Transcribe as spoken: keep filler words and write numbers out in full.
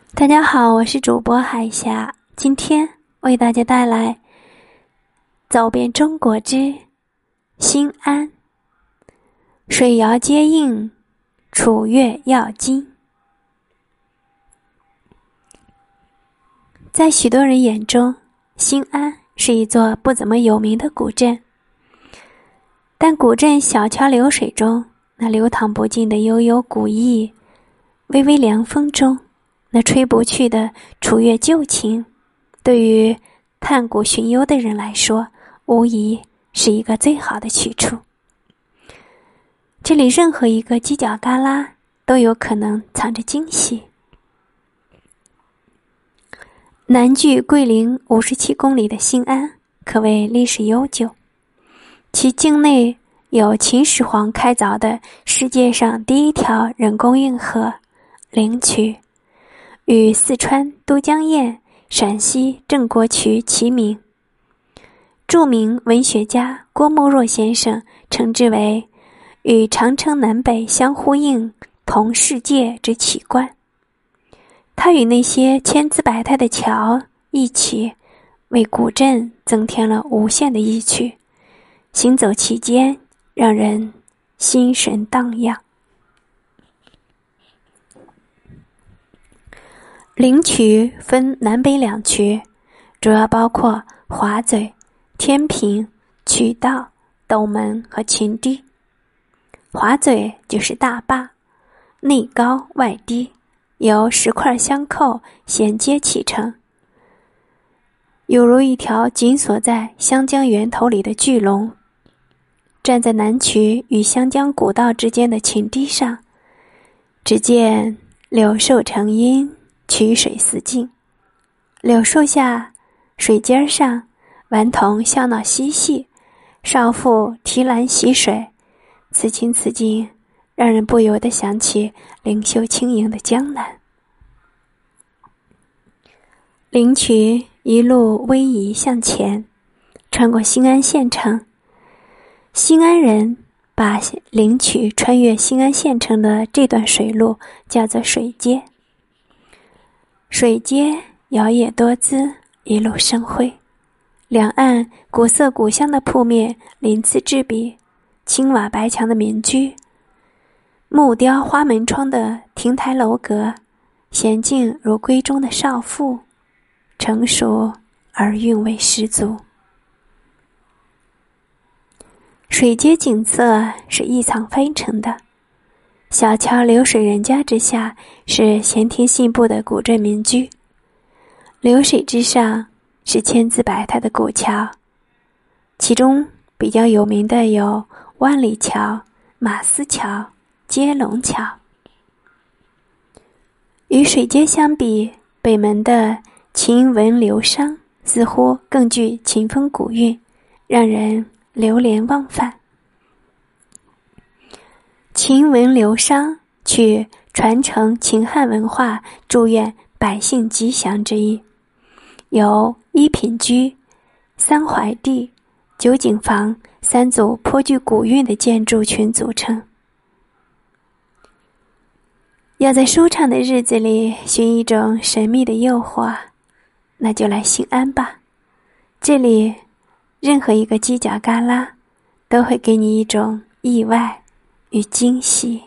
大家好，我是主播海霞，今天为大家带来走遍中国之新安，水窑接应，楚越要津。在许多人眼中，新安是一座不怎么有名的古镇，但古镇小桥流水中那流淌不尽的悠悠古意，微微凉风中那吹不去的楚越旧情，对于探古寻幽的人来说，无疑是一个最好的去处。这里任何一个犄角旮旯都有可能藏着惊喜。南距桂林五十七公里的新安可谓历史悠久，其境内有秦始皇开凿的世界上第一条人工运河灵渠，与四川都江堰、陕西郑国渠齐名。著名文学家郭沫若先生称之为与长城南北相呼应，同世界之奇观。它与那些千姿百态的桥一起，为古镇增添了无限的意趣，行走其间让人心神荡漾。灵渠分南北两渠，主要包括华嘴、天平、渠道、斗门和秦堤。华嘴就是大坝，内高外低，由石块相扣衔接启程，犹如一条紧锁在湘江源头里的巨龙。站在南渠与湘江古道之间的秦堤上，只见柳树成荫，曲水似镜。柳树下水尖上，顽童笑闹嬉戏，少妇提篮洗水，此情此景让人不由得想起灵秀轻盈的江南。灵渠一路逶迤向前，穿过新安县城。新安人把灵渠穿越新安县城的这段水路叫做水街。水街摇曳多姿，一路生辉，两岸古色古香的铺面鳞次栉比，青瓦白墙的民居，木雕花门窗的亭台楼阁，娴静如闺中的少妇，成熟而韵味十足。水街景色是一草纷呈的，小桥流水人家之下是闲庭信步的古镇民居，流水之上是千姿百态的古桥，其中比较有名的有万里桥、马思桥、接龙桥。与水街相比，北门的秦文流觞似乎更具秦风古韵，让人流连忘返。秦文流觞取传承秦汉文化，祝愿百姓吉祥之意，由一品居、三槐地、九景房三组颇具古韵的建筑群组成。要在舒畅的日子里寻一种神秘的诱惑，那就来新安吧。这里任何一个犄角旮旯都会给你一种意外与惊喜。